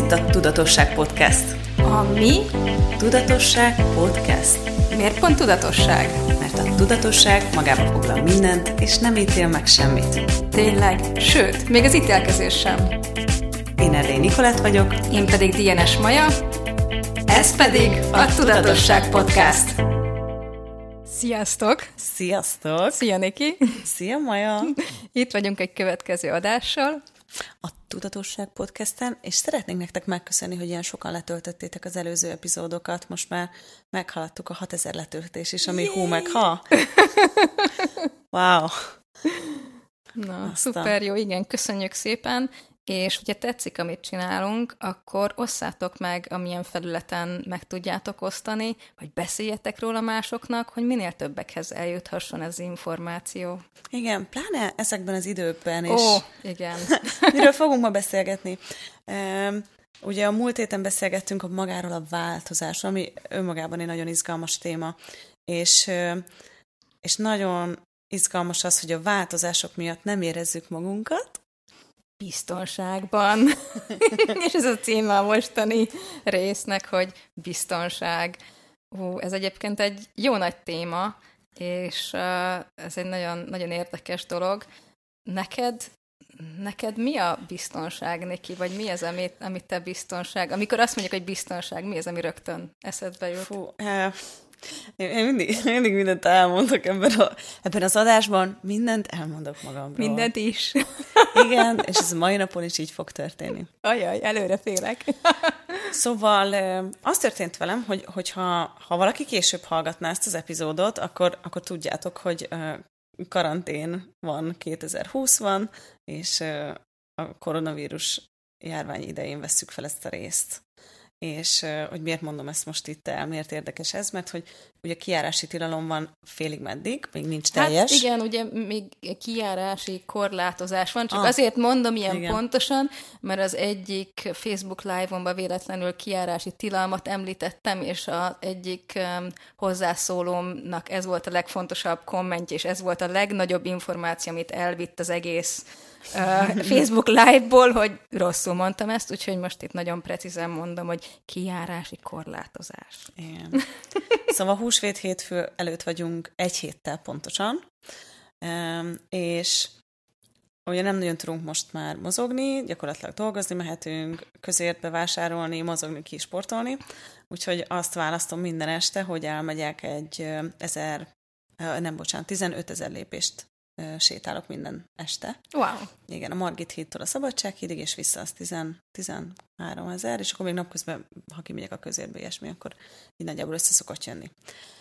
itt a Tudatosság Podcast. A mi? Tudatosság Podcast. Miért pont tudatosság? Mert a tudatosság magába foglal mindent, és nem ítél meg semmit. Tényleg, sőt, még az ítélkezés sem. Én Erdély Nikolett vagyok. Én pedig Dienes Maja. Ez pedig a Tudatosság Podcast. Sziasztok! Sziasztok! Szia, Niki! Szia, Maja! Itt vagyunk egy következő adással. A Tudatosság Podcasten, és szeretnénk nektek megköszönni, hogy ilyen sokan letöltöttétek az előző epizódokat. Most már meghaladtuk a 6000 letöltés is, ami hú meg ha. Wow! Na, szuper jó, igen, köszönjük szépen. És hogyha tetszik, amit csinálunk, akkor osszátok meg, amilyen felületen meg tudjátok osztani, vagy beszéljetek róla másoknak, hogy minél többekhez eljuthasson ez az információ. Igen, pláne ezekben az időkben is. Ó, igen. Miről fogunk ma beszélgetni? Ugye a múlt héten beszélgettünk magáról a változásról, ami önmagában egy nagyon izgalmas téma, és nagyon izgalmas az, hogy a változások miatt nem érezzük magunkat, biztonságban. És ez a címe a mostani résznek, hogy biztonság. Ez egyébként egy jó nagy téma, és ez egy nagyon, nagyon érdekes dolog. Neked mi a biztonság, Niki? Vagy mi az, amit te biztonság? Amikor azt mondjuk, hogy biztonság, mi az, ami rögtön eszedbe jut? Én mindig mindent elmondok ebben az adásban, mindent elmondok magamról. Mindent is. Igen, és ez mai napon is így fog történni. Ajaj, előre félek. Szóval az történt velem, hogy ha valaki később hallgatná ezt az epizódot, akkor tudjátok, hogy karantén van, 2020 van, és a koronavírus járvány idején vesszük fel ezt a részt. És hogy miért mondom ezt most itt el, miért érdekes ez, mert hogy ugye kijárási tilalom van félig meddig, még nincs teljes. Hát igen, ugye még kijárási korlátozás van, csak azért mondom ilyen igen. Pontosan, mert az egyik Facebook Live-omban véletlenül kijárási tilalmat említettem, és az egyik hozzászólómnak ez volt a legfontosabb kommentje, és ez volt a legnagyobb információ, amit elvitt az egész Facebook Live-ból, hogy rosszul mondtam ezt, úgyhogy most itt nagyon precízen mondom, hogy kijárási korlátozás. Igen. Szóval húsvét hétfő előtt vagyunk egy héttel pontosan, és ugye nem nagyon tudunk most már mozogni, gyakorlatilag dolgozni mehetünk, közértbe vásárolni, mozogni, kisportolni, úgyhogy azt választom minden este, hogy elmegyek egy 15 000 lépést sétálok minden este. Wow. Igen, a Margit hídtól a Szabadsághídig, és vissza az 13 000, és akkor még napközben, ha kimegyek a közérbe, ilyesmi, akkor így nagyjából össze szokott jönni.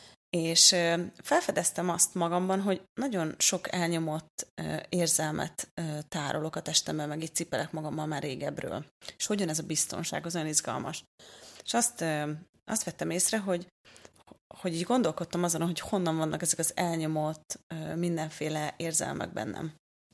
És felfedeztem azt magamban, hogy nagyon sok elnyomott érzelmet tárolok a testemben, meg így cipelek magammal már régebről. És hogyan ez a biztonság, az olyan izgalmas. És azt vettem észre, hogy így gondolkodtam azon, hogy honnan vannak ezek az elnyomott mindenféle érzelmek bennem.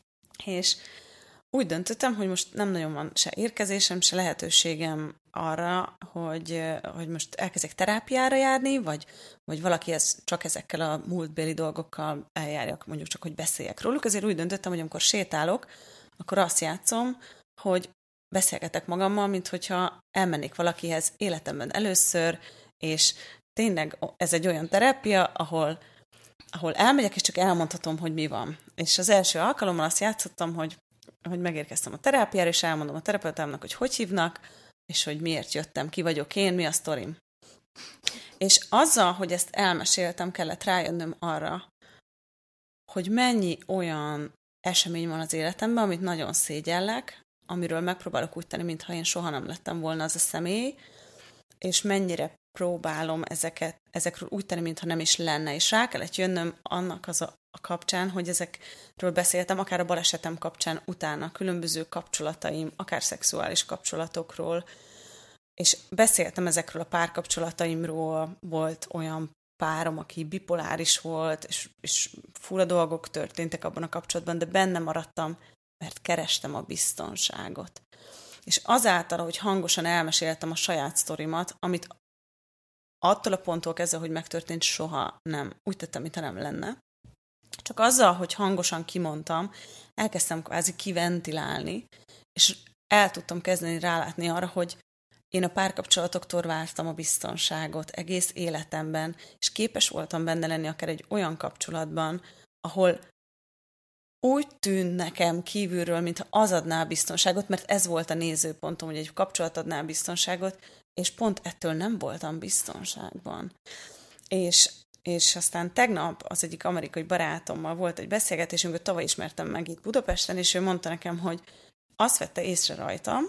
És úgy döntöttem, hogy most nem nagyon van se érkezésem, se lehetőségem arra, hogy most elkezdjek terápiára járni, vagy valaki csak ezekkel a múltbéli dolgokkal eljárjak, mondjuk csak, hogy beszéljek róluk. Ezért úgy döntöttem, hogy amikor sétálok, akkor azt játszom, hogy beszélgetek magammal, mint hogyha elmennék valakihez életemben először, és tényleg ez egy olyan terápia, ahol elmegyek, és csak elmondhatom, hogy mi van. És az első alkalommal azt játszottam, hogy megérkeztem a terápiára, és elmondom a terapeutámnak, hogy hívnak, és hogy miért jöttem, ki vagyok én, mi a sztorim. És azzal, hogy ezt elmeséltem, kellett rájönnöm arra, hogy mennyi olyan esemény van az életemben, amit nagyon szégyellek, amiről megpróbálok úgy tenni, mintha én soha nem lettem volna az a személy, és mennyire próbálom ezekről úgy tenni, mintha nem is lenne. És rá kellett jönnöm annak a kapcsán, hogy ezekről beszéltem, akár a balesetem kapcsán utána, különböző kapcsolataim, akár szexuális kapcsolatokról, és beszéltem ezekről a párkapcsolataimról, volt olyan párom, aki bipoláris volt, és fura dolgok történtek abban a kapcsolatban, de benne maradtam, mert kerestem a biztonságot. És azáltal, hogy hangosan elmeséltem a saját sztorimat, amit attól a ponttól kezdve, hogy megtörtént, soha nem. Úgy tettem, mintha nem lenne. Csak azzal, hogy hangosan kimondtam, elkezdtem kvázi kiventilálni, és el tudtam kezdeni rálátni arra, hogy én a párkapcsolatoktól vártam a biztonságot egész életemben, és képes voltam benne lenni akár egy olyan kapcsolatban, ahol úgy tűnt nekem kívülről, mintha az adná a biztonságot, mert ez volt a nézőpontom, hogy egy kapcsolat adná a biztonságot, és pont ettől nem voltam biztonságban. És aztán tegnap az egyik amerikai barátommal volt egy beszélgetésünk, tavaly ismertem meg itt Budapesten, és ő mondta nekem, hogy azt vette észre rajtam,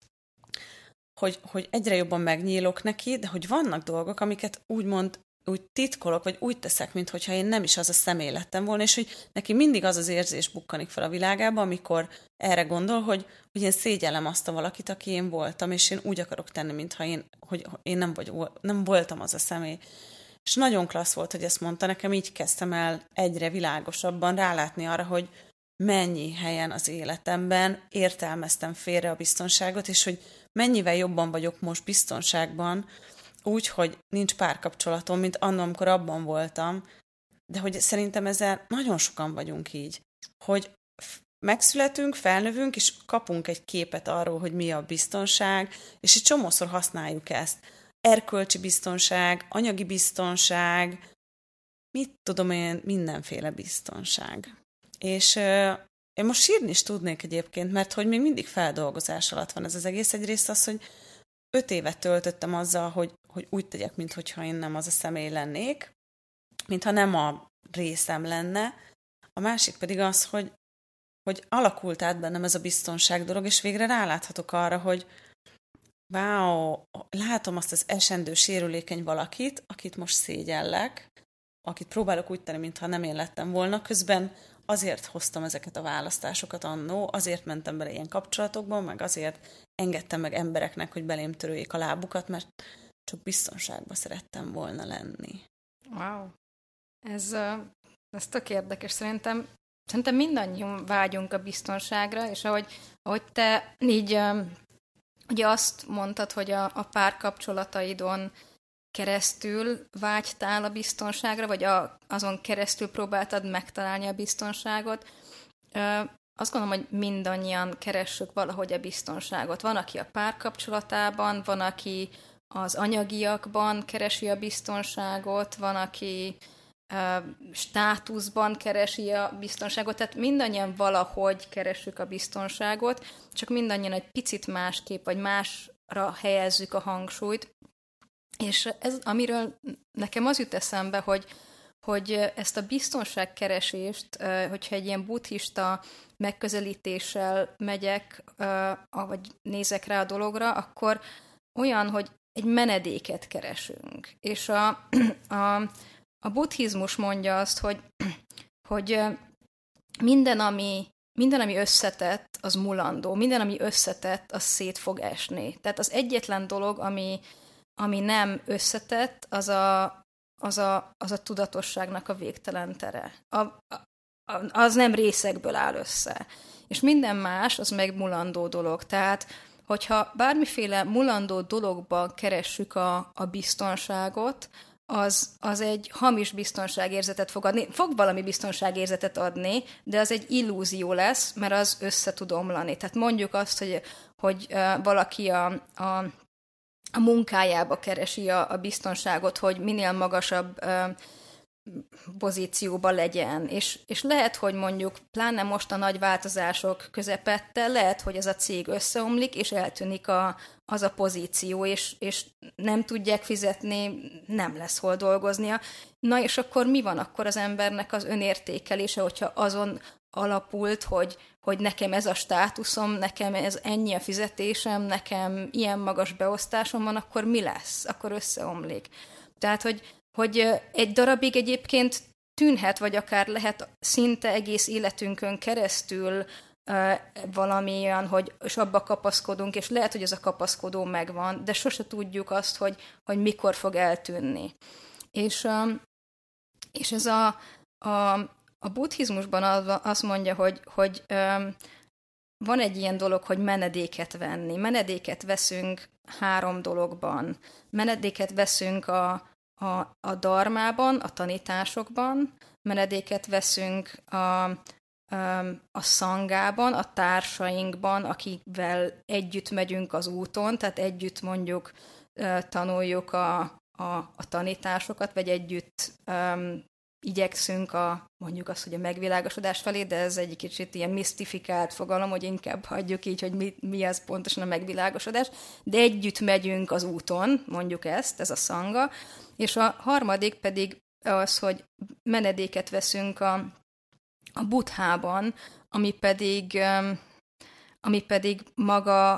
hogy egyre jobban megnyílok neki, de hogy vannak dolgok, amiket úgymond úgy titkolok, vagy úgy teszek, mintha én nem is az a személy lettem volna, és hogy neki mindig az az érzés bukkanik fel a világába, amikor erre gondol, hogy én szégyellem azt a valakit, aki én voltam, és én úgy akarok tenni, mintha én nem voltam az a személy. És nagyon klassz volt, hogy ezt mondta, nekem így kezdtem el egyre világosabban rálátni arra, hogy mennyi helyen az életemben értelmeztem félre a biztonságot, és hogy mennyivel jobban vagyok most biztonságban, úgy, hogy nincs párkapcsolatom, mint annak, amikor abban voltam, de hogy szerintem ezzel nagyon sokan vagyunk így, hogy megszületünk, felnövünk, és kapunk egy képet arról, hogy mi a biztonság, és egy csomószor használjuk ezt. Erkölcsi biztonság, anyagi biztonság, mit tudom én, mindenféle biztonság. És én most sírni is tudnék egyébként, mert hogy még mindig feldolgozás alatt van ez az egész. Egyrészt az, hogy 5 évet töltöttem azzal, hogy úgy tegyek, mintha én nem az a személy lennék, mintha nem a részem lenne. A másik pedig az, hogy alakult át bennem ez a biztonság dolog, és végre ráláthatok arra, hogy wow, látom azt az esendő, sérülékeny valakit, akit most szégyellek, akit próbálok úgy tenni, mintha nem én lettem volna, közben azért hoztam ezeket a választásokat annó, azért mentem bele ilyen kapcsolatokba, meg azért engedtem meg embereknek, hogy belém törőjék a lábukat, mert csak biztonságban szerettem volna lenni. Wow. Ez tök érdekes. Szerintem mindannyian vágyunk a biztonságra, és ahogy te így ugye azt mondtad, hogy a párkapcsolataidon keresztül vágytál a biztonságra, vagy azon keresztül próbáltad megtalálni a biztonságot. Azt gondolom, hogy mindannyian keressük valahogy a biztonságot. Van, aki a párkapcsolatában, van, aki az anyagiakban keresi a biztonságot, van, aki státuszban keresi a biztonságot, tehát mindannyian valahogy keressük a biztonságot, csak mindannyian egy picit másképp, vagy másra helyezzük a hangsúlyt. És ez, amiről nekem az jut eszembe, hogy ezt a biztonságkeresést, hogyha egy ilyen buddhista megközelítéssel megyek, vagy nézek rá a dologra, akkor olyan, hogy egy menedéket keresünk. És a buddhizmus mondja azt, hogy minden, ami összetett, az mulandó. Minden, ami összetett, az szét fog esni. Tehát az egyetlen dolog, ami nem összetett, az a tudatosságnak a végtelen tere. Az nem részekből áll össze. És minden más, az meg mulandó dolog. Tehát, hogyha bármiféle mulandó dologban keressük a biztonságot, az egy hamis biztonságérzetet fog adni. Fog valami biztonságérzetet adni, de az egy illúzió lesz, mert az össze tud omlani. Tehát mondjuk azt, hogy valaki a munkájába keresi a biztonságot, hogy minél magasabb pozícióba legyen. És lehet, hogy mondjuk, pláne most a nagy változások közepette, lehet, hogy ez a cég összeomlik, és eltűnik az a pozíció, és nem tudják fizetni, nem lesz hol dolgoznia. Na és akkor mi van? Akkor az embernek az önértékelése, hogyha azon alapult, hogy nekem ez a státuszom, nekem ez ennyi a fizetésem, nekem ilyen magas beosztásom van, akkor mi lesz? Akkor összeomlik. Tehát, hogy egy darabig egyébként tűnhet, vagy akár lehet szinte egész életünkön keresztül valami olyan, hogy és abba kapaszkodunk, és lehet, hogy ez a kapaszkodó megvan, de sose tudjuk azt, hogy mikor fog eltűnni. És ez a buddhizmusban azt mondja, hogy van egy ilyen dolog, hogy menedéket venni. Menedéket veszünk 3 dologban. Menedéket veszünk a dharmában, a tanításokban, menedéket veszünk a szangában, a társainkban, akivel együtt megyünk az úton, tehát együtt mondjuk tanuljuk a tanításokat, vagy együtt igyekszünk mondjuk azt, hogy a megvilágosodás felé, de ez egy kicsit ilyen misztifikált fogalom, hogy inkább hagyjuk így, hogy mi az pontosan a megvilágosodás, de együtt megyünk az úton, mondjuk ez a szanga, és a harmadik pedig az, hogy menedéket veszünk a Buddhában, ami pedig maga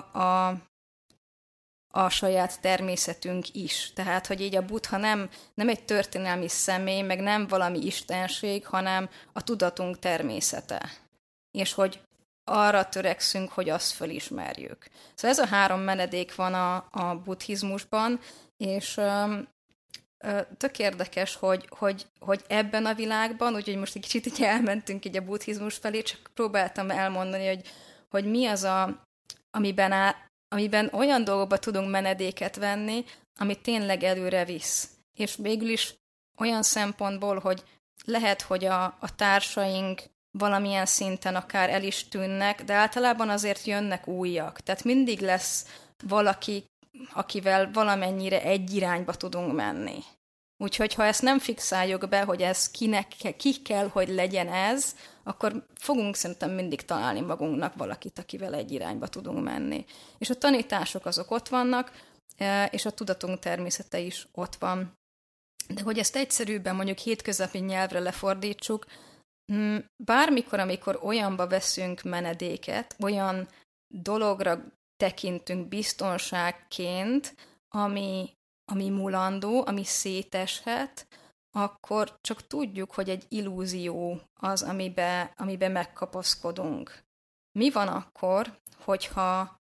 a saját természetünk is. Tehát, hogy így a Buddha nem egy történelmi személy, meg nem valami istenség, hanem a tudatunk természete. És hogy arra törekszünk, hogy azt felismerjük. Szóval ez a 3 menedék van a buddhizmusban, és tök érdekes, hogy ebben a világban, úgyhogy most egy kicsit így elmentünk így a buddhizmus felé, csak próbáltam elmondani, hogy mi az amiben olyan dolgokba tudunk menedéket venni, ami tényleg előre visz. És végül is olyan szempontból, hogy lehet, hogy a társaink valamilyen szinten akár el is tűnnek, de általában azért jönnek újak. Tehát mindig lesz valaki, akivel valamennyire egy irányba tudunk menni. Úgyhogy ha ezt nem fixáljuk be, hogy ez ki kell, hogy legyen ez, akkor fogunk szerintem mindig találni magunknak valakit, akivel egy irányba tudunk menni. És a tanítások azok ott vannak, és a tudatunk természete is ott van. De hogy ezt egyszerűbben mondjuk hétköznapi nyelvre lefordítsuk, bármikor, amikor olyanba veszünk menedéket, olyan dologra tekintünk biztonságként, ami mulandó, ami széteshet, akkor csak tudjuk, hogy egy illúzió az, amibe megkapaszkodunk. Mi van akkor, hogyha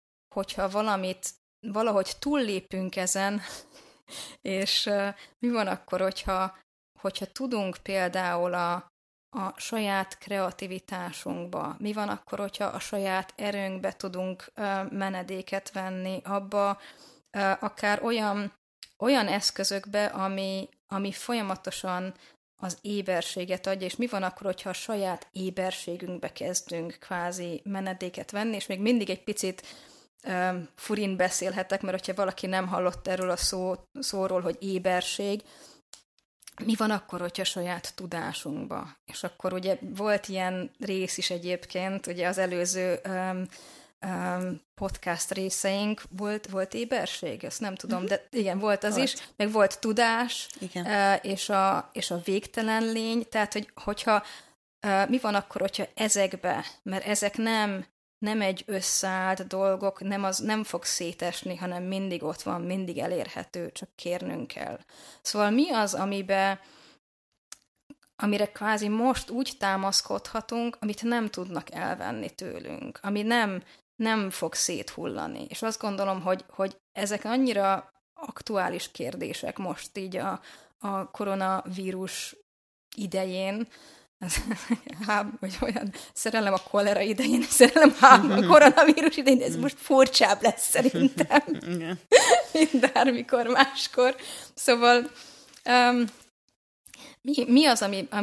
valahogy túllépünk ezen, és mi van akkor, hogyha tudunk például a saját kreativitásunkba, mi van akkor, hogyha a saját erőnkbe tudunk menedéket venni, abba akár olyan eszközökbe, ami folyamatosan az éberséget adja, és mi van akkor, hogyha a saját éberségünkbe kezdünk kvázi menedéket venni, és még mindig egy picit furin beszélhetek, mert hogyha valaki nem hallott erről a szóról, hogy éberség, mi van akkor, hogyha saját tudásunkba? És akkor ugye volt ilyen rész is egyébként, ugye az előző podcast részeink volt éberség, ezt nem tudom, de igen, volt az is, meg volt tudás, és a végtelen lény, tehát hogyha mi van akkor, hogyha ezekbe, mert ezek nem egy összeállt dolgok, nem fog szétesni, hanem mindig ott van, mindig elérhető, csak kérnünk kell. Szóval mi az, amire kvázi most úgy támaszkodhatunk, amit nem tudnak elvenni tőlünk, ami nem fog széthullani. És azt gondolom, hogy ezek annyira aktuális kérdések most így a koronavírus idején, vagy olyan szerelem a kolera idején, szerelem a koronavírus idején, ez most furcsább lesz szerintem, mint bármikor máskor. Szóval mi az,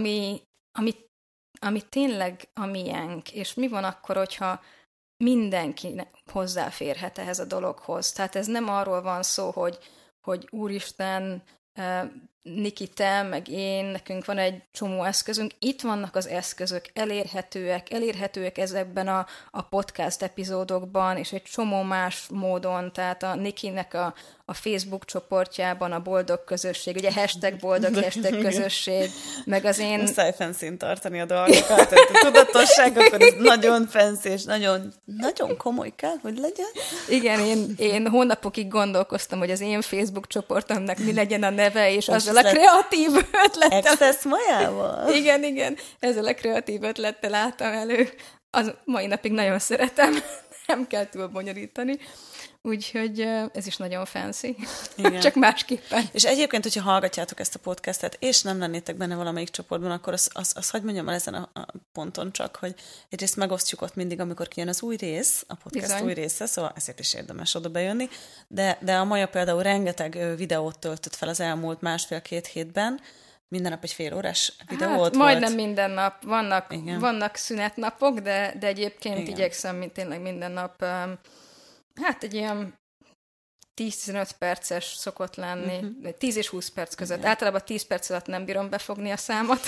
ami tényleg a miénk, és mi van akkor, hogyha mindenki hozzáférhet ehhez a dologhoz. Tehát ez nem arról van szó, hogy úristen, Niki, te, meg én, nekünk van egy csomó eszközünk. Itt vannak az eszközök, elérhetőek ezekben a podcast epizódokban, és egy csomó más módon, tehát a Nikinek a Facebook csoportjában a boldog közösség, ugye #boldog, #közösség, meg az én... Muszáj fenszín tartani a dolgokat, a tudatosság, akkor ez nagyon fensz, és nagyon, nagyon komoly kell, hogy legyen. Igen, én hónapokig gondolkoztam, hogy az én Facebook csoportomnak mi legyen a neve, és azzal a kreatív ötlettel... Access majával? Igen, ezzel a kreatív ötlettel álltam elő. Az mai napig nagyon szeretem, nem kell túl bonyolítani. Úgyhogy ez is nagyon fancy. Csak másképpen. És egyébként, hogyha hallgatjátok ezt a podcastet, és nem lennétek benne valamelyik csoportban, akkor azt hadd mondjam el ezen a ponton csak, hogy egyrészt megosztjuk ott mindig, amikor kijön az új rész, a podcast Bizony. Új része, szóval ezért is érdemes oda bejönni. De a Maja például rengeteg videót töltött fel az elmúlt 1,5-2 hétben, minden nap egy fél órás videót volt? Majdnem minden nap. Vannak szünetnapok, de egyébként igyekszem tényleg minden nap, egy ilyen 10-15 perces szokott lenni, 10 és 20 perc között. Igen. Általában 10 perc alatt nem bírom befogni a számot.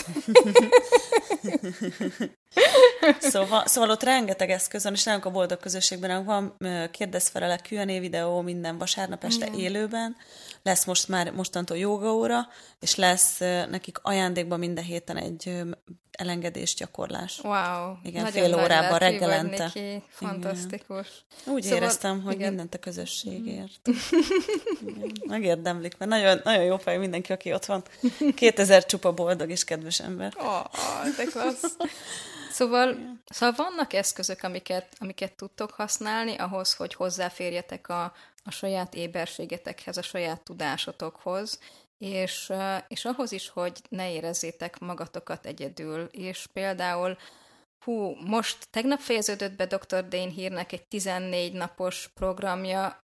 Szóval ott rengeteg eszköz van, és nálunk a Boldog Közösségben van kérdezz felele Q&A videó minden vasárnap este élőben. Lesz mostantól jógaóra, és lesz nekik ajándékban minden héten egy elengedésgyakorlás. Wow! Igen, fél órában reggelente. Fantasztikus. Úgy éreztem, hogy mindent a közösségért. Megérdemlik, mert nagyon, nagyon jó fej mindenki, aki ott van. 2000 csupa boldog és kedves ember. De klassz! Szóval vannak eszközök, amiket tudtok használni ahhoz, hogy hozzáférjetek a saját éberségetekhez, a saját tudásotokhoz, és ahhoz is, hogy ne érezzétek magatokat egyedül. És például, most tegnap fejeződött be Dr. Dain Heernek egy 14 napos programja,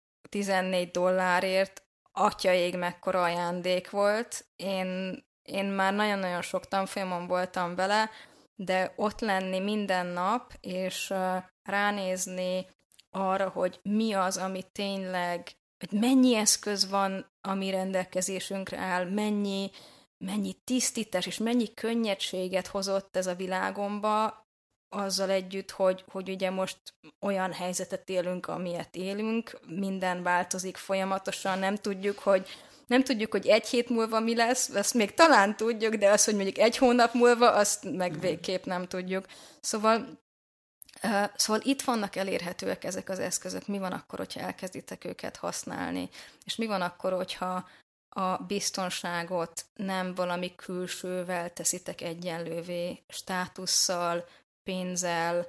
$14, atyaég mekkora ajándék volt. Én már nagyon-nagyon sok tanfolyamon voltam vele, de ott lenni minden nap, és ránézni arra, hogy mi az, ami tényleg, hogy mennyi eszköz van, ami rendelkezésünkre áll, mennyi tisztítás és mennyi könnyedséget hozott ez a világomba, azzal együtt, hogy ugye most olyan helyzetet élünk, amilyet élünk, minden változik folyamatosan, nem tudjuk, hogy egy hét múlva mi lesz, ezt még talán tudjuk, de azt, hogy mondjuk egy hónap múlva, azt meg végképp nem tudjuk. Szóval itt vannak elérhetőek ezek az eszközök. Mi van akkor, hogyha elkezditek őket használni? És mi van akkor, hogyha a biztonságot nem valami külsővel teszitek egyenlővé, státusszal, pénzzel,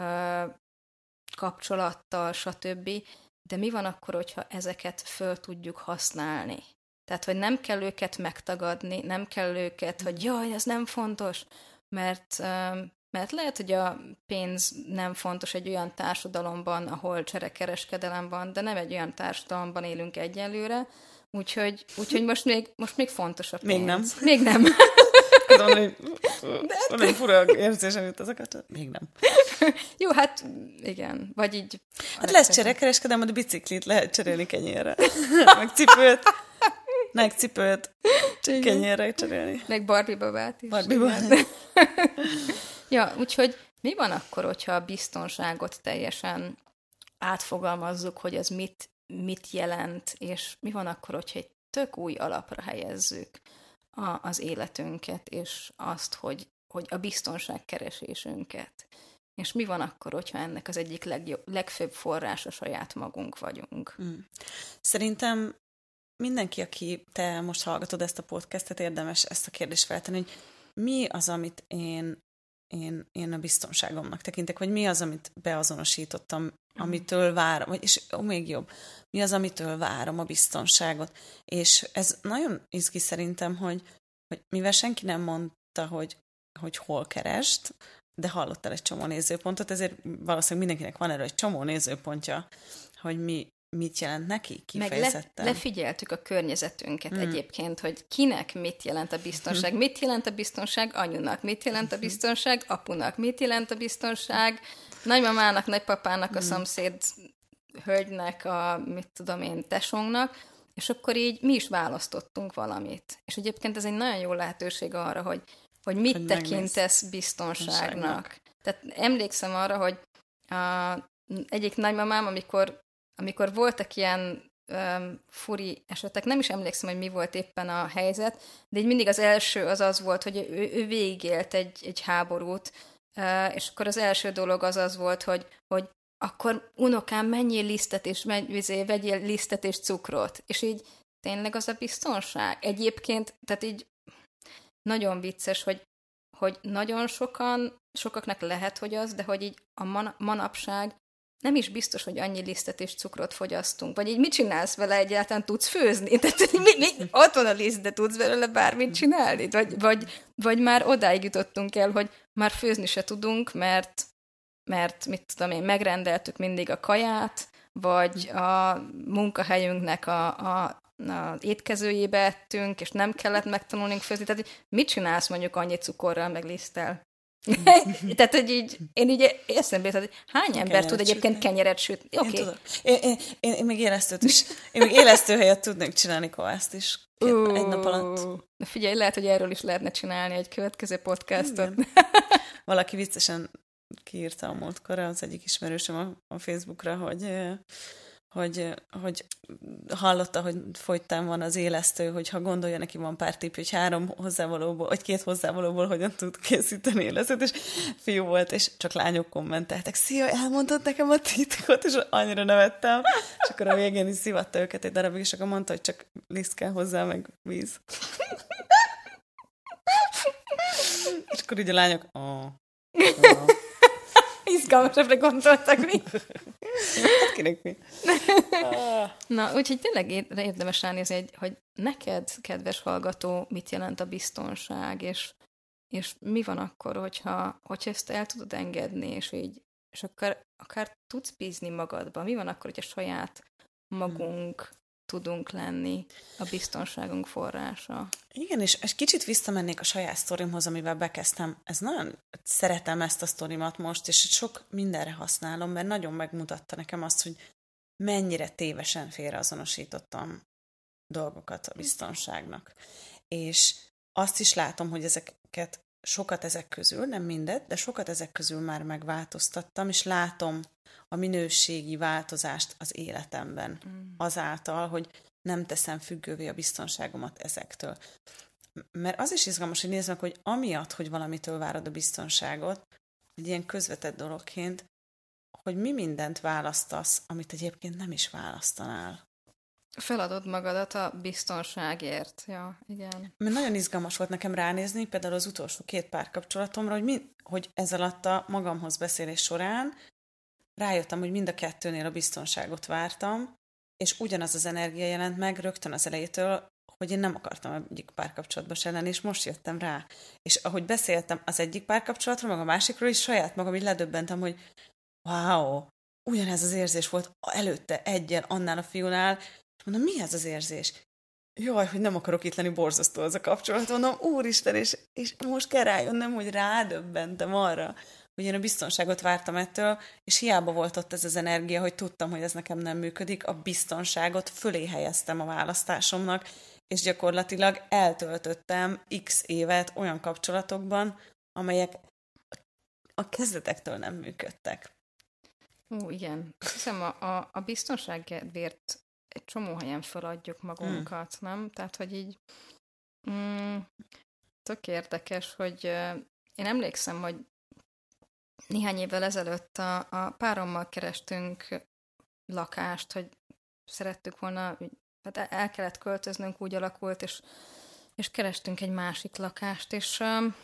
kapcsolattal, stb. De mi van akkor, hogyha ezeket föl tudjuk használni? Tehát, hogy nem kell őket megtagadni, nem kell őket, hogy jaj, ez nem fontos, mert lehet, hogy a pénz nem fontos egy olyan társadalomban, ahol cserekereskedelem van, de nem egy olyan társadalomban élünk egyelőre, úgyhogy most még fontos a pénz. Még nem. Tudom, hogy van egy fura érzésem jut ezeket. Még nem. Jó, hát igen. Vagy így. Hát lesz cserekereskedelem, de biciklit lehet cserélni kenyérre. Meg cipőt kenyérre cserélni. Meg Barbie babát is. Ja, úgyhogy mi van akkor, hogyha a biztonságot teljesen átfogalmazzuk, hogy az mit jelent, és mi van akkor, hogyha egy tök új alapra helyezzük az életünket, és azt, hogy a biztonságkeresésünket. És mi van akkor, hogyha ennek az egyik legfőbb forrása saját magunk vagyunk? Szerintem mindenki, aki te most hallgatod ezt a podcastet, érdemes ezt a kérdést feltenni, hogy mi az, amit én a biztonságomnak tekintek, vagy mi az, amit beazonosítottam, amitől várom, és még jobb, mi az, amitől várom a biztonságot. És ez nagyon izgi szerintem, hogy mivel senki nem mondta, hogy hol kerest, de hallottál egy csomó nézőpontot, ezért valószínűleg mindenkinek van erről egy csomó nézőpontja, hogy mit jelent neki kifejezetten. Meg lefigyeltük a környezetünket egyébként, hogy kinek mit jelent a biztonság. Mit jelent a biztonság anyunak? Mit jelent a biztonság apunak? Mit jelent a biztonság nagymamának, nagypapának, a szomszéd hölgynek, tesónknak? És akkor így mi is választottunk valamit. És egyébként ez egy nagyon jó lehetőség arra, hogy mit tekintesz biztonságnak. Tehát emlékszem arra, hogy egyik nagymamám, amikor voltak ilyen furi esetek, nem is emlékszem, hogy mi volt éppen a helyzet, de így mindig az első az volt, hogy ő végigélt egy háborút, és akkor az első dolog az volt, hogy akkor unokám, menjél lisztet, és vegyél lisztet és cukrot. És így tényleg az a biztonság? Egyébként, tehát így nagyon vicces, hogy nagyon sokaknak lehet, hogy az, de hogy így a manapság nem is biztos, hogy annyi lisztet és cukrot fogyasztunk. Vagy így mit csinálsz vele egyáltalán? Tudsz főzni? Tehát ott van a liszt, de tudsz belőle bármit csinálni? Vagy már odáig jutottunk el, hogy már főzni se tudunk, mert mit tudom én, megrendeltük mindig a kaját, vagy a munkahelyünknek a étkezőjébe ettünk, és nem kellett megtanulnunk főzni. Tehát mit csinálsz mondjuk annyi cukorral, meg liszttel? Tehát, hogy én így eszembe jutott, hogy hány ember tud egyébként kenyeret sütni? Okay. Én még élesztőt is. Én még élesztő helyett tudnék csinálni kovázt is. Egy nap alatt. Figyelj, lehet, hogy erről is lehetne csinálni egy következő podcastot. Valaki viccesen kiírta a múltkor az egyik ismerősöm a Facebookra, hogy hallotta, hogy fogytán van az élesztő, hogyha gondolja, neki van pár tipp, hogy 2 hozzávalóból hogyan tud készíteni élesztőt, és fiú volt, és csak lányok kommenteltek. Szia, elmondtad nekem a titkot, és annyira nevettem, és akkor a végén is szivatta őket egy darabig, és akkor mondta, hogy csak liszt kell hozzá, meg víz. És akkor így a lányok, izgalmasabbre gondoltak mi. Hát kinek mi? Na, úgyhogy tényleg érdemes ránézni, hogy neked, kedves hallgató, mit jelent a biztonság, és mi van akkor, hogyha ezt el tudod engedni, és akár tudsz bízni magadba. Mi van akkor, hogyha saját magunk tudunk lenni a biztonságunk forrása. Igen, és kicsit visszamennék a saját sztorimhoz, amivel bekezdtem. Nagyon szeretem ezt a sztorimat most, és sok mindenre használom, mert nagyon megmutatta nekem azt, hogy mennyire tévesen félreazonosítottam dolgokat a biztonságnak. És azt is látom, hogy sokat ezek közül, nem mindet, de sokat ezek közül már megváltoztattam, és látom a minőségi változást az életemben. Azáltal, hogy nem teszem függővé a biztonságomat ezektől. Mert az is izgalmas, hogy nézd meg, hogy amiatt, hogy valamitől várod a biztonságot, egy ilyen közvetett dologként, hogy mi mindent választasz, amit egyébként nem is választanál. Feladod magadat a biztonságért. Ja, igen. Mert nagyon izgalmas volt nekem ránézni, például az utolsó 2 párkapcsolatomra, hogy ez alatt a magamhoz beszélés során rájöttem, hogy mind a 2-nél a biztonságot vártam, és ugyanaz az energia jelent meg rögtön az elejétől, hogy én nem akartam egyik párkapcsolatba se lenni, és most jöttem rá. És ahogy beszéltem az egyik párkapcsolatról, meg a másikról is, saját magam így ledöbbentem, hogy wow, ugyanez az érzés volt előtte egyen annál a fiúnál, és mondom, mi ez az érzés? Jaj, hogy nem akarok itt lenni, borzasztó az a kapcsolat. Mondom, úristen, és most kell rájönnöm, hogy rádöbbentem arra, hogy én a biztonságot vártam ettől, és hiába volt ott ez az energia, hogy tudtam, hogy ez nekem nem működik, a biztonságot fölé helyeztem a választásomnak, és gyakorlatilag eltöltöttem x évet olyan kapcsolatokban, amelyek a kezdetektől nem működtek. Igen. Hiszem, a biztonságért egy csomó helyen feladjuk magunkat, nem? Tehát, hogy így tök érdekes, hogy én emlékszem, hogy néhány évvel ezelőtt a párommal kerestünk lakást, hogy szerettük volna, hát el kellett költöznünk, úgy alakult, és kerestünk egy másik lakást, és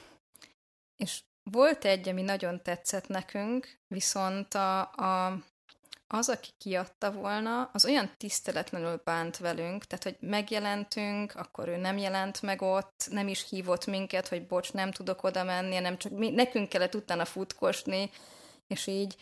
volt egy, ami nagyon tetszett nekünk, viszont az, aki kiadta volna, az olyan tiszteletlenül bánt velünk, tehát, hogy megjelentünk, akkor ő nem jelent meg ott, nem is hívott minket, hogy bocs, nem tudok oda menni, hanem csak nekünk kellett utána futkosni, és így.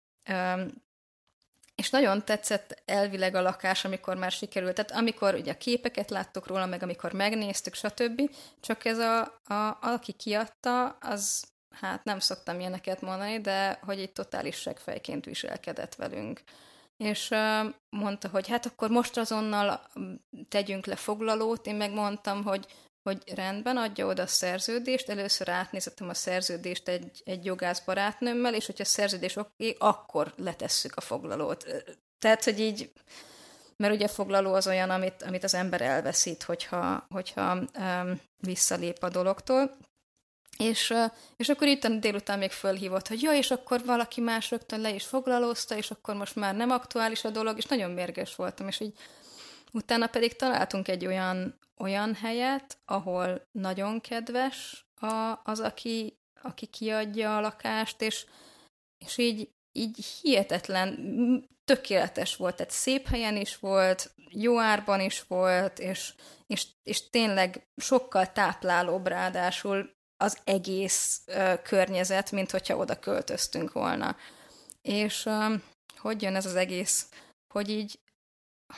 És nagyon tetszett elvileg a lakás, amikor már sikerült. Tehát amikor ugye a képeket láttuk róla, meg amikor megnéztük, stb. Csak ez aki kiadta, az hát nem szoktam ilyeneket mondani, de hogy egy totális seggfejként viselkedett velünk. És mondta, hogy hát akkor most azonnal tegyünk le foglalót. Én megmondtam, hogy rendben, adja oda a szerződést. Először átnéztem a szerződést egy jogász barátnőmmel, és hogyha a szerződés oké, akkor letesszük a foglalót. Tehát, hogy így, mert ugye a foglaló az olyan, amit az ember elveszít, hogyha visszalép a dologtól. És akkor itt délután még fölhívott, hogy jó, és akkor valaki más rögtön le is foglalózta, és akkor most már nem aktuális a dolog, és nagyon mérges voltam, és így utána pedig találtunk egy olyan helyet, ahol nagyon kedves az, aki kiadja a lakást, és így hihetetlen, tökéletes volt, tehát szép helyen is volt, jó árban is volt, és tényleg sokkal táplálóbb ráadásul az egész környezet, mint hogyha oda költöztünk volna. És hogy jön ez az egész, hogy így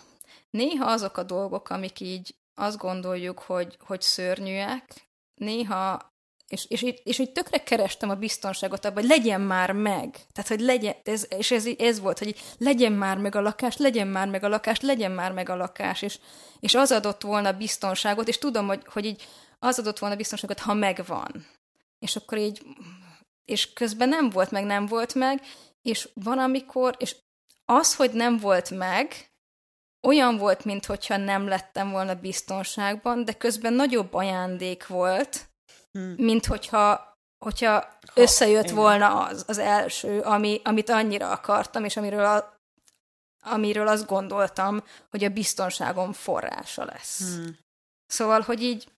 néha azok a dolgok, amik így azt gondoljuk, hogy szörnyűek, néha, és így tökre kerestem a biztonságot abban, hogy legyen már meg. Tehát, hogy legyen, ez volt, hogy legyen már meg a lakás, legyen már meg a lakás, legyen már meg a lakás, és az adott volna biztonságot, és tudom, hogy így az adott volna biztonságot, ha megvan. És akkor így, és közben nem volt meg, és van amikor, és az, hogy nem volt meg, olyan volt, minthogyha nem lettem volna biztonságban, de közben nagyobb ajándék volt, mint hogyha összejött volna az első, amit annyira akartam, és amiről azt gondoltam, hogy a biztonságom forrása lesz. Szóval, hogy így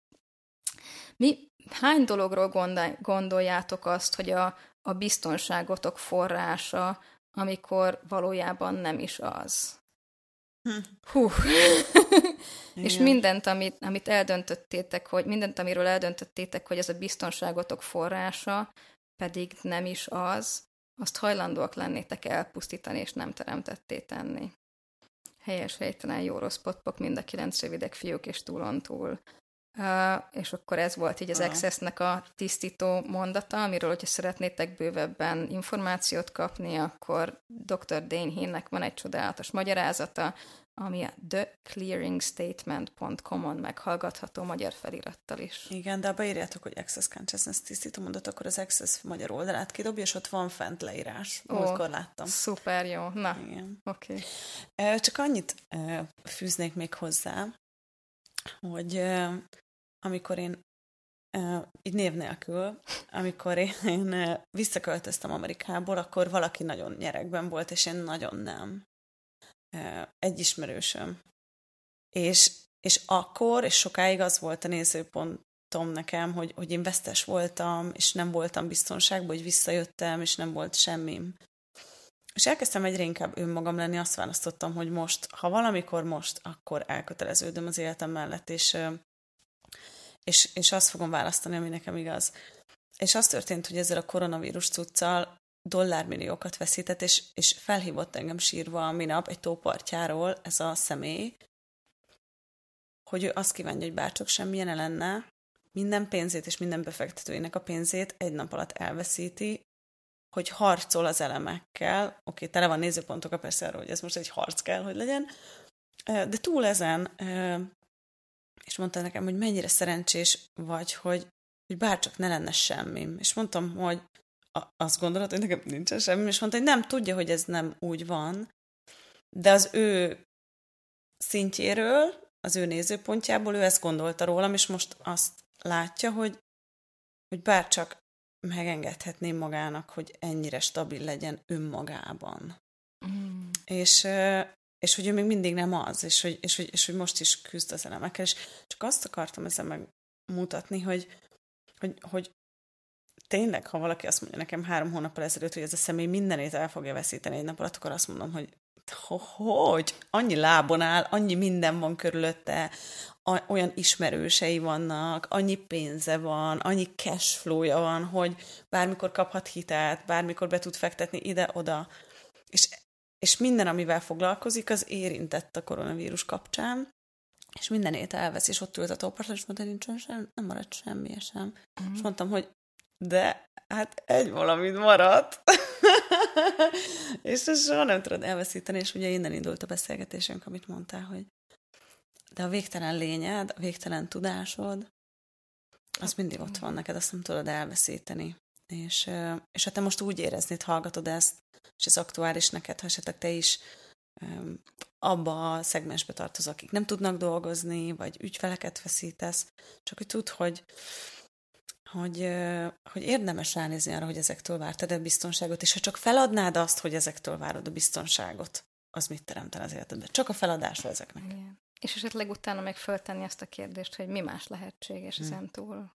hány dologról gondoljátok azt, hogy a biztonságotok forrása, amikor valójában nem is az? Hú. És mindent, amit eldöntöttétek, amiről eldöntöttétek, hogy ez a biztonságotok forrása, pedig nem is az, azt hajlandóak lennétek elpusztítani, és nem teremtetté tenni. Helyes, helytelen, jó, rossz, potpok, mind a 9 rövidek fiúk és túlontúl. És akkor ez volt így az Access-nek a tisztító mondata, amiről, hogyha szeretnétek bővebben információt kapni, akkor Dr. Dane Heennek van egy csodálatos magyarázata, ami a theclearingstatement.com-on meghallgatható magyar felirattal is. Igen, de ha beírjátok, hogy Access Consciousness tisztító mondat, akkor az Access magyar oldalát kidobja, és ott van fent leírás. Múltkor láttam. Szuper jó. Na, oké. Csak annyit fűznék még hozzá, hogy amikor én, így név nélkül, amikor én visszaköltöztem Amerikából, akkor valaki nagyon nyeregben volt, és én nagyon nem. Egy ismerősöm. És akkor, és sokáig az volt a nézőpontom nekem, hogy én vesztes voltam, és nem voltam biztonságban, hogy visszajöttem, és nem volt semmim. És elkezdtem egyre inkább önmagam lenni, azt választottam, hogy most, ha valamikor most, akkor elköteleződöm az életem mellett, és azt fogom választani, ami nekem igaz. És az történt, hogy ezzel a koronavírus cuccal dollármilliókat veszített, és felhívott engem sírva minap egy tópartjáról ez a személy, hogy ő azt kívánja, hogy bárcsak semmilyen lenne, minden pénzét és minden befektetőjének a pénzét egy nap alatt elveszíti, hogy harcol az elemekkel, oké, tele van nézőpontokkal persze arról, hogy ez most egy harc kell, hogy legyen, de túl ezen, és mondta nekem, hogy mennyire szerencsés vagy, hogy bárcsak ne lenne semmim. És mondtam, hogy azt gondolod, hogy nekem nincsen semmim, és mondta, hogy nem, tudja, hogy ez nem úgy van, de az ő szintjéről, az ő nézőpontjából ő ezt gondolta rólam, és most azt látja, hogy bárcsak megengedhetném magának, hogy ennyire stabil legyen önmagában. És hogy ő még mindig nem az, és hogy most is küzd az elemekkel, és csak azt akartam ezzel megmutatni, hogy tényleg, ha valaki azt mondja nekem 3 hónappal ezelőtt, hogy ez a személy mindenét el fogja veszíteni egy nap alatt, akkor azt mondom, hogy annyi lábon áll, annyi minden van körülötte, olyan ismerősei vannak, annyi pénze van, annyi cash flow-ja van, hogy bármikor kaphat hitelt, bármikor be tud fektetni ide-oda. És minden, amivel foglalkozik, az érintett a koronavírus kapcsán, és mindenét elvesz, és ott ült a tóparton, és mondta, hogy nem maradt semmi sem. És mondtam, hogy de hát egy valamit maradt. És ezt soha nem tudod elveszíteni, és ugye innen indult a beszélgetésünk, amit mondtál, hogy de a végtelen lényed, a végtelen tudásod, az mindig ott van neked, azt nem tudod elveszíteni. És ha te most úgy éreznéd, hallgatod ezt, és ez aktuális neked, ha esetleg te is abba a szegmensbe tartozol, akik nem tudnak dolgozni, vagy ügyfeleket veszítesz, csak hogy tudd, hogy érdemes ránézni arra, hogy ezektől vártad a biztonságot, és ha csak feladnád azt, hogy ezektől várod a biztonságot, az mit teremten az életedben? Csak a feladásra ezeknek. Igen. És esetleg utána meg föltenni azt a kérdést, hogy mi más lehetséges ezen túl.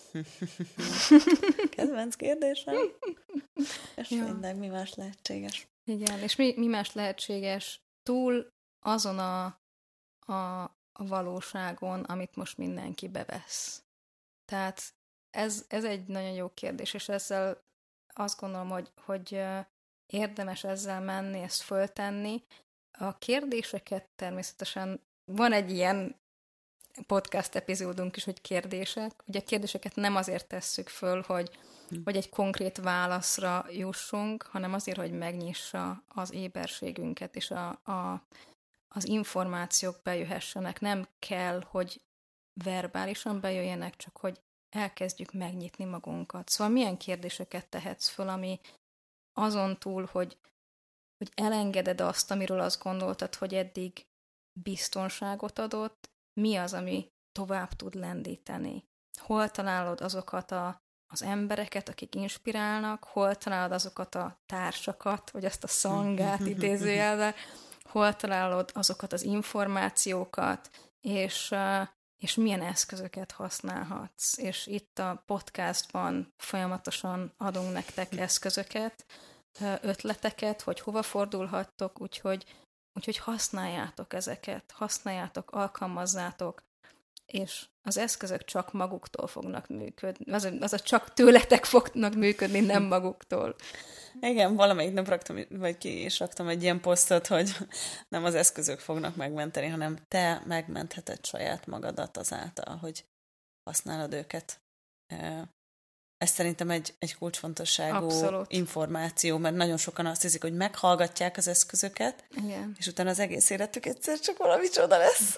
Kedvenc kérdésem. És tényleg mi más lehetséges? Igen, és mi más lehetséges túl azon a valóságon, amit most mindenki bevesz. Tehát ez egy nagyon jó kérdés, és ezzel azt gondolom, hogy érdemes ezzel menni, ezt föltenni, A kérdéseket természetesen van egy ilyen podcast epizódunk is, hogy kérdések. Ugye a kérdéseket nem azért tesszük föl, hogy egy konkrét válaszra jussunk, hanem azért, hogy megnyissa az éberségünket, és az információk bejöhessenek. Nem kell, hogy verbálisan bejöjjenek, csak hogy elkezdjük megnyitni magunkat. Szóval milyen kérdéseket tehetsz föl, ami azon túl, hogy elengeded azt, amiről azt gondoltad, hogy eddig biztonságot adott, mi az, ami tovább tud lendíteni. Hol találod azokat az embereket, akik inspirálnak, hol találod azokat a társakat, vagy azt a szangát idézőjelve, hol találod azokat az információkat, és milyen eszközöket használhatsz. És itt a podcastban folyamatosan adunk nektek eszközöket, ötleteket, hogy hova fordulhattok, úgyhogy használjátok ezeket, használjátok, alkalmazzátok, és az eszközök csak maguktól fognak működni. Az csak tőletek fognak működni, nem maguktól. Igen, valamelyik nap raktam, vagy ki is raktam egy ilyen posztot, hogy nem az eszközök fognak megmenteni, hanem te megmentheted saját magadat azáltal, hogy használod őket. Ez szerintem egy kulcsfontosságú információ, mert nagyon sokan azt hiszik, hogy meghallgatják az eszközöket, igen, és utána az egész életük egyszer csak valami csoda lesz.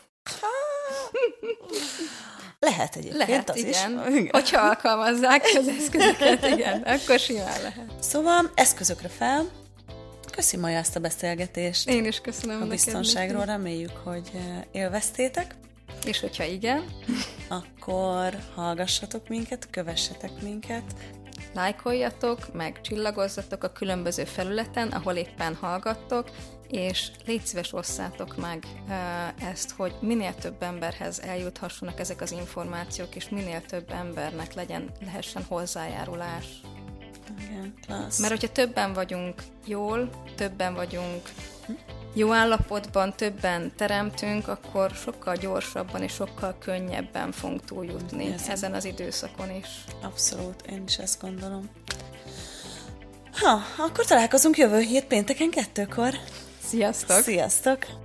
Lehet egyébként. Lehet, az igen. Is. Igen. Hogyha alkalmazzák az eszközöket, igen, akkor simán lehet. Szóval eszközökre fel. Köszi, Maja, ezt a beszélgetést. Én is köszönöm a biztonságról. Reméljük, hogy élveztétek. És hogyha igen, akkor hallgassatok minket, kövessetek minket. Lájkoljatok, meg csillagozzatok a különböző felületen, ahol éppen hallgattok, és légy szíves, osszátok meg ezt, hogy minél több emberhez eljuthassanak ezek az információk, és minél több embernek lehessen hozzájárulás. Igen, klassz. Mert hogyha többen vagyunk jól, többen vagyunk jó állapotban, többen teremtünk, akkor sokkal gyorsabban és sokkal könnyebben fogunk túljutni ezen az időszakon is. Abszolút, én is ezt gondolom. Akkor találkozunk jövő hét pénteken 2-kor. Sziasztok! Sziasztok!